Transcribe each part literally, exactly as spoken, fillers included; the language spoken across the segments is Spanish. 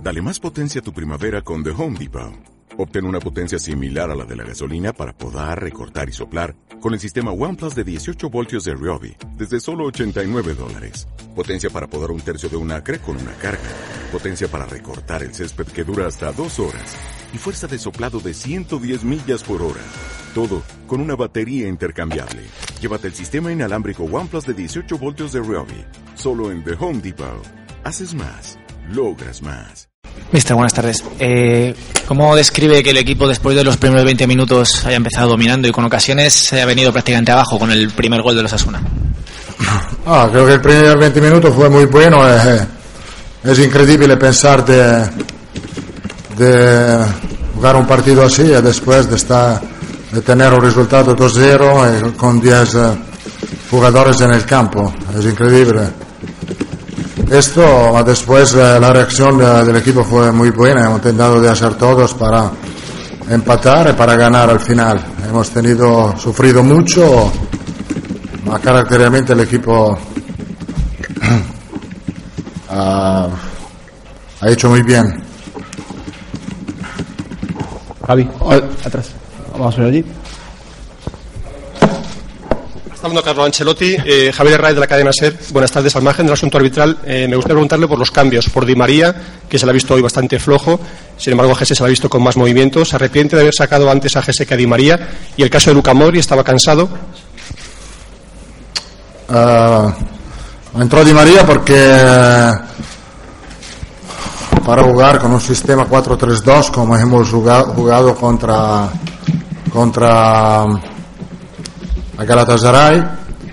Dale más potencia a tu primavera con The Home Depot. Obtén una potencia similar a la de la gasolina para podar, recortar y soplar con el sistema OnePlus de dieciocho voltios de Ryobi desde solo ochenta y nueve dólares. Potencia para podar un tercio de un acre con una carga. Potencia para recortar el césped que dura hasta dos horas. Y fuerza de soplado de ciento diez millas por hora. Todo con una batería intercambiable. Llévate el sistema inalámbrico OnePlus de dieciocho voltios de Ryobi. Solo en The Home Depot. Haces más. Logras más. Mister, buenas tardes. Eh, ¿Cómo describe que el equipo después de los primeros veinte minutos haya empezado dominando y con ocasiones se haya venido prácticamente abajo con el primer gol de los Osasuna? Ah, creo que el primer veinte minutos fue muy bueno. Eh, es increíble pensar de, de jugar un partido así y después de, estar, de tener un resultado dos cero eh, con diez eh, jugadores en el campo. Es increíble. Esto, después la reacción del equipo fue muy buena, hemos intentado de hacer todos para empatar y para ganar al final. Hemos tenido, sufrido mucho, ma característicamente el equipo ha, ha hecho muy bien. Javi, atrás, vamos a ver allí. Hablando Carlo Ancelotti, eh, Javier Herraiz de la cadena SER. Buenas tardes. Al margen del asunto arbitral, eh, me gustaría preguntarle por los cambios. Por Di María, que se le ha visto hoy bastante flojo, sin embargo Gese se le ha visto con más movimiento. ¿Se arrepiente de haber sacado antes a Gese que a Di María? Y el caso de Luka Modric, ¿estaba cansado? Uh, entró Di María porque para jugar con un sistema cuatro tres dos como hemos jugado, jugado contra contra a Galatasaray.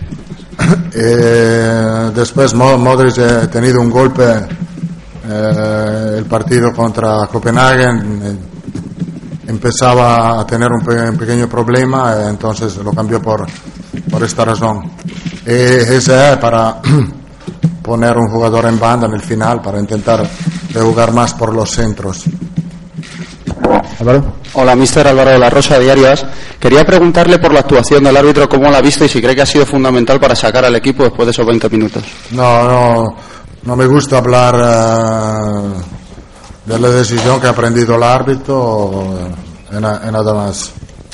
Eh, después Modric ha tenido un golpe eh, el partido contra Copenhagen, eh, empezaba a tener un, pe- un pequeño problema, eh, entonces lo cambió por, por esta razón. Eh, ese es para poner un jugador en banda en el final, para intentar de jugar más por los centros. Álvaro. Hola, mister Álvaro de la Rosa, Diarias. Quería preguntarle por la actuación del árbitro, cómo la ha visto y si cree que ha sido fundamental para sacar al equipo después de esos veinte minutos. No, no, no me gusta hablar uh, de la decisión que ha prendido el árbitro en, en nada más.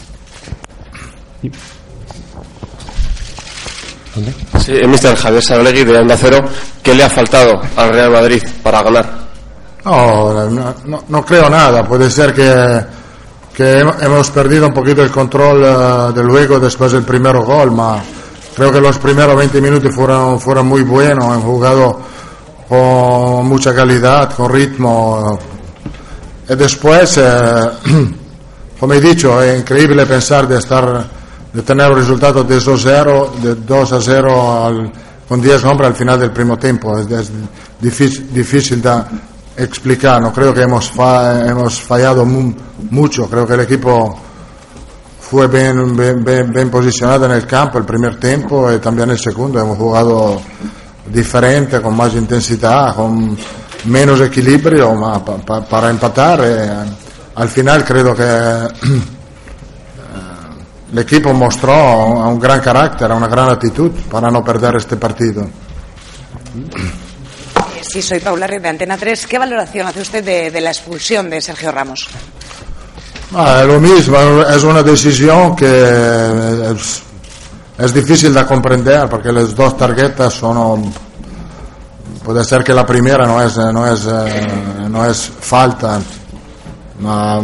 Sí, mister Javier Sablegui de Onda Cero. ¿Qué le ha faltado al Real Madrid para ganar? No, no, no, no creo nada. Puede ser que, que hemos perdido un poquito el control uh, del juego después del primer gol, ma creo que los primeros veinte minutos fueron, fueron muy buenos. Han jugado con mucha calidad, con ritmo. Y después, eh, como he dicho, es increíble pensar de estar, de tener un resultado de dos a cero al, con diez hombres al final del primer tiempo. Es, es difícil, difícil de explicar. No creo que hemos, fa, hemos fallado mu, mucho. Creo que el equipo fue bien, bien, bien, bien posicionado en el campo el primer tiempo y también el segundo. Hemos jugado diferente, con más intensidad, con menos equilibrio, ma pa, pa, para empatar. Eh, al final creo que el equipo mostró un gran carácter, una gran actitud para no perder este partido. Sí, soy Paula Riz de Antena tres. ¿Qué valoración hace usted de, de la expulsión de Sergio Ramos? Ah, lo mismo, es una decisión que es, es difícil de comprender porque las dos tarjetas son, puede ser que la primera no es no es no es falta, ma,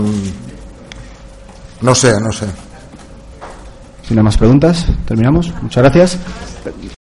no sé, no sé. Si no hay más preguntas, terminamos. Muchas gracias.